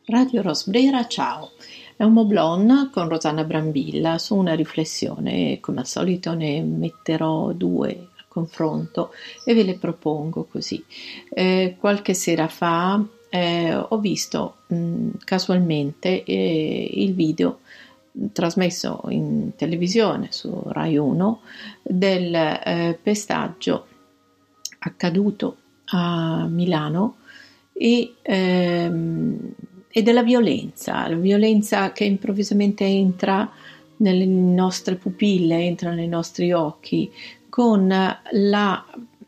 Radio Rosbrera, ciao! È un moblon con Rosanna Brambilla su una riflessione, come al solito ne metterò due a confronto e ve le propongo così. Qualche sera fa ho visto casualmente il video trasmesso in televisione su Rai 1 del pestaggio accaduto a Milano e della violenza, la violenza che improvvisamente entra nelle nostre pupille, entra nei nostri occhi, con la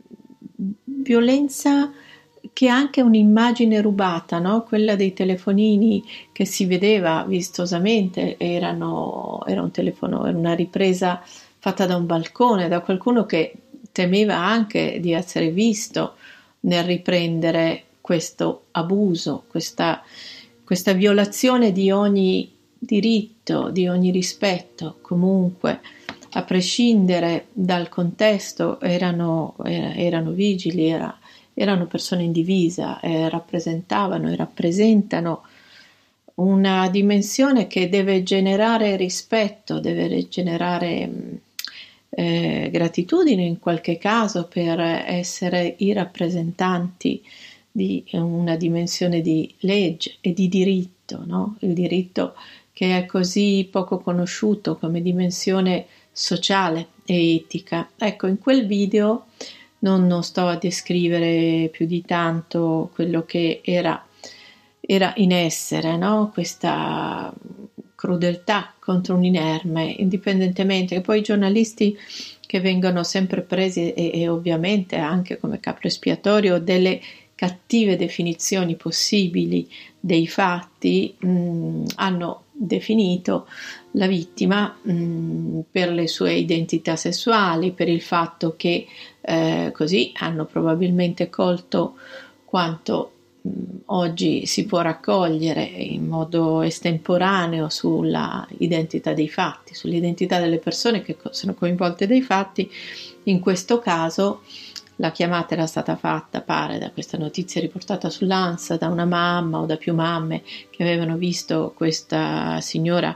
violenza che è anche un'immagine rubata, no? Quella dei telefonini che si vedeva vistosamente, era un telefono, era una ripresa fatta da un balcone, da qualcuno che temeva anche di essere visto nel riprendere questo abuso, questa violazione di ogni diritto, di ogni rispetto. Comunque, a prescindere dal contesto, erano vigili, erano persone in divisa, rappresentavano e rappresentano una dimensione che deve generare rispetto, deve generare gratitudine in qualche caso per essere i rappresentanti di una dimensione di legge e di diritto, no? Il diritto che è così poco conosciuto come dimensione sociale e etica. Ecco, in quel video non sto a descrivere più di tanto quello che era in essere, no? Questa crudeltà contro un inerme, indipendentemente che poi i giornalisti che vengono sempre presi e ovviamente anche come capro espiatorio delle cattive definizioni possibili dei fatti, hanno definito la vittima per le sue identità sessuali, per il fatto che così hanno probabilmente colto quanto oggi si può raccogliere in modo estemporaneo sulla identità dei fatti, sull'identità delle persone che sono coinvolte dai fatti. In questo caso la chiamata era stata fatta, pare, da questa notizia riportata sull'ANSA, da una mamma o da più mamme che avevano visto questa signora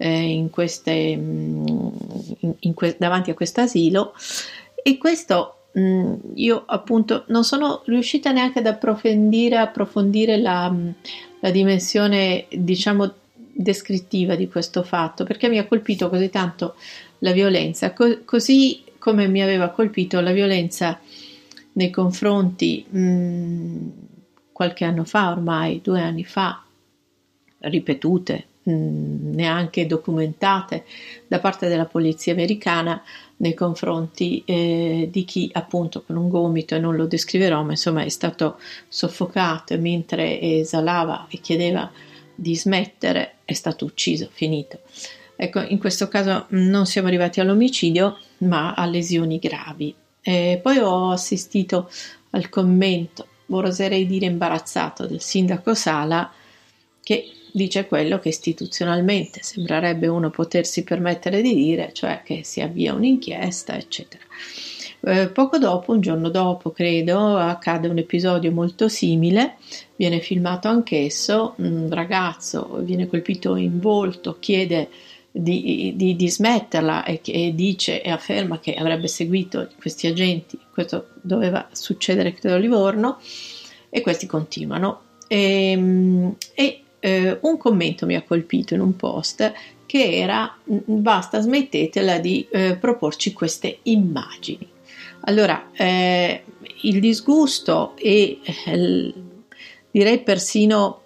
davanti a questo asilo, e questo io appunto non sono riuscita neanche ad approfondire la dimensione, diciamo, descrittiva di questo fatto, perché mi ha colpito così tanto la violenza, così come mi aveva colpito la violenza nei confronti qualche anno fa, ormai 2 anni fa, ripetute, neanche documentate da parte della polizia americana nei confronti di chi appunto con un gomito, e non lo descriverò, ma insomma è stato soffocato e mentre esalava e chiedeva di smettere è stato ucciso, finito. Ecco, in questo caso non siamo arrivati all'omicidio ma a lesioni gravi. Poi ho assistito al commento, oserei dire imbarazzato, del sindaco Sala, che dice quello che istituzionalmente sembrerebbe uno potersi permettere di dire, cioè che si avvia un'inchiesta, eccetera. Poco dopo, un giorno dopo credo, accade un episodio molto simile, viene filmato anch'esso, un ragazzo viene colpito in volto, chiede di smetterla e dice e afferma che avrebbe seguito questi agenti. Questo doveva succedere credo a Livorno, e questi continuano. Un commento mi ha colpito in un post che era: basta, smettetela di proporci queste immagini. Allora, il disgusto e direi persino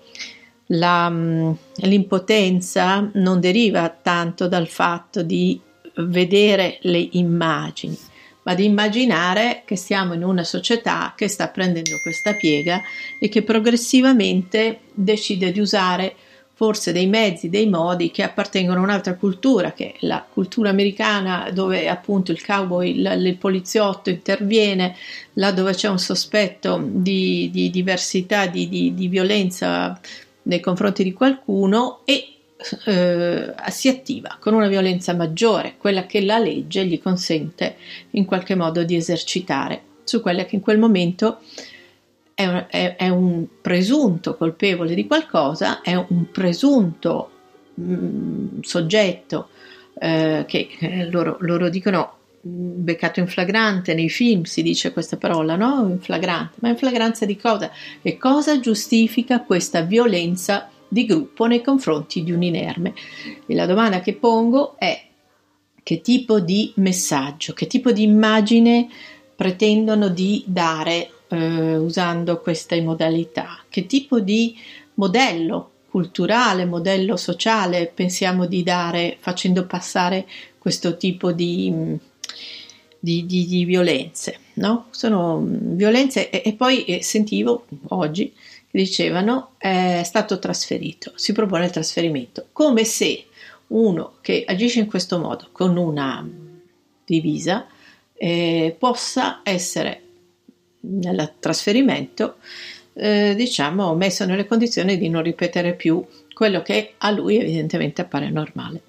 l'impotenza non deriva tanto dal fatto di vedere le immagini, ma di immaginare che siamo in una società che sta prendendo questa piega e che progressivamente decide di usare forse dei mezzi, dei modi che appartengono a un'altra cultura, che è la cultura americana, dove appunto il cowboy, il poliziotto interviene là dove c'è un sospetto di diversità, di violenza nei confronti di qualcuno, e si attiva con una violenza maggiore, quella che la legge gli consente in qualche modo di esercitare su quella che in quel momento è un presunto colpevole di qualcosa, è un presunto soggetto che loro dicono beccato in flagrante. Nei film si dice questa parola, no? In flagrante. Ma in flagranza di cosa? E cosa giustifica questa violenza di gruppo nei confronti di un inerme? E la domanda che pongo è: che tipo di messaggio, che tipo di immagine pretendono di dare usando queste modalità? Che tipo di modello culturale, modello sociale pensiamo di dare facendo passare questo tipo di violenze, no? Sono violenze e poi sentivo oggi che dicevano è stato trasferito, si propone il trasferimento, come se uno che agisce in questo modo con una divisa possa essere nel trasferimento diciamo messo nelle condizioni di non ripetere più quello che a lui evidentemente appare normale.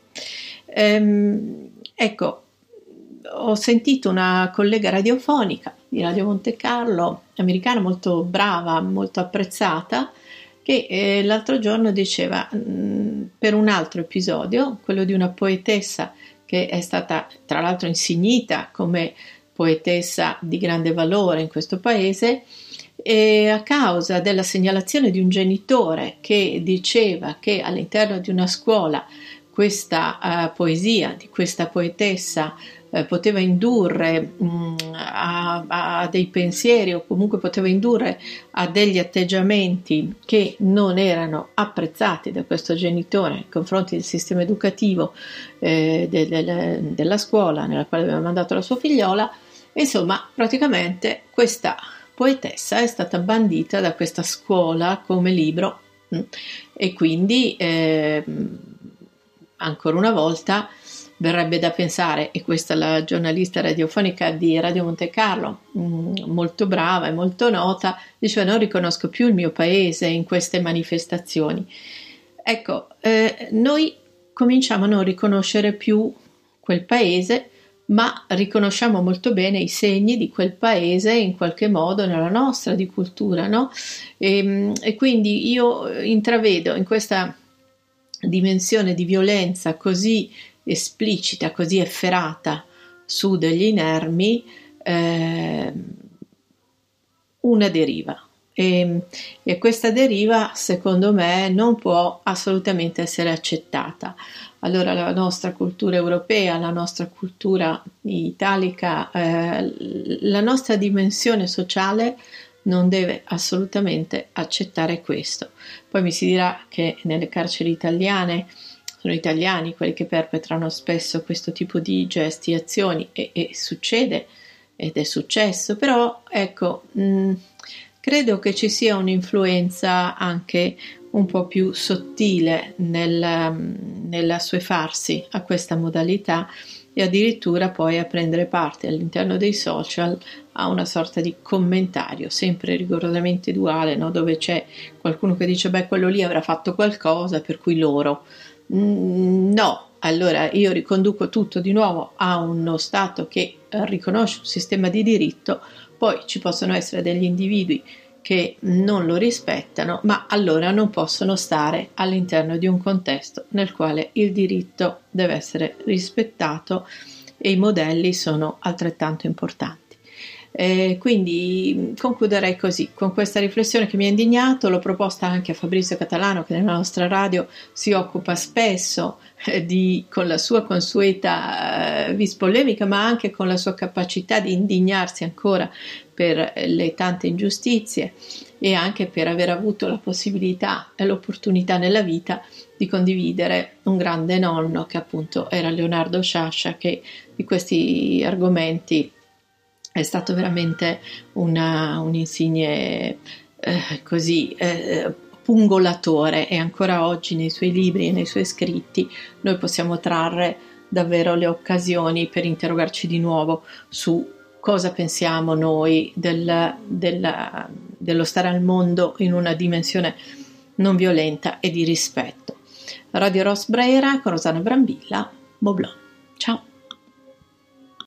Ecco, ho sentito una collega radiofonica di Radio Monte Carlo, americana, molto brava, molto apprezzata, che l'altro giorno diceva per un altro episodio, quello di una poetessa che è stata tra l'altro insignita come poetessa di grande valore in questo paese, e a causa della segnalazione di un genitore che diceva che all'interno di una scuola questa poesia di questa poetessa poteva indurre a dei pensieri o comunque poteva indurre a degli atteggiamenti che non erano apprezzati da questo genitore nei confronti del sistema educativo della scuola nella quale aveva mandato la sua figliola. Insomma, praticamente questa poetessa è stata bandita da questa scuola come libro e quindi ancora una volta verrebbe da pensare, e questa è la giornalista radiofonica di Radio Monte Carlo, molto brava e molto nota, diceva: non riconosco più il mio paese in queste manifestazioni. Ecco, noi cominciamo a non riconoscere più quel paese, ma riconosciamo molto bene i segni di quel paese in qualche modo nella nostra di cultura, no? E quindi io intravedo in questa dimensione di violenza così esplicita, così efferata su degli inermi una deriva e questa deriva secondo me non può assolutamente essere accettata. Allora la nostra cultura europea, la nostra cultura italica, la nostra dimensione sociale non deve assolutamente accettare questo. Poi mi si dirà che nelle carceri italiane sono italiani quelli che perpetrano spesso questo tipo di gesti e azioni e succede ed è successo, però ecco, credo che ci sia un'influenza anche un po' più sottile nell'assuefarsi a questa modalità e addirittura poi a prendere parte all'interno dei social a una sorta di commentario sempre rigorosamente duale, no? Dove c'è qualcuno che dice beh, quello lì avrà fatto qualcosa per cui loro no, allora io riconduco tutto di nuovo a uno Stato che riconosce un sistema di diritto, poi ci possono essere degli individui che non lo rispettano, ma allora non possono stare all'interno di un contesto nel quale il diritto deve essere rispettato e i modelli sono altrettanto importanti. Quindi concluderei così, con questa riflessione che mi ha indignato. L'ho proposta anche a Fabrizio Catalano, che nella nostra radio si occupa spesso con la sua consueta vis polemica, ma anche con la sua capacità di indignarsi ancora per le tante ingiustizie e anche per aver avuto la possibilità e l'opportunità nella vita di condividere un grande nonno che appunto era Leonardo Sciascia, che di questi argomenti è stato veramente un insigne pungolatore, e ancora oggi nei suoi libri e nei suoi scritti noi possiamo trarre davvero le occasioni per interrogarci di nuovo su cosa pensiamo noi dello stare al mondo in una dimensione non violenta e di rispetto. Radio Ros Brera con Rosanna Brambilla, Moblon. Ciao!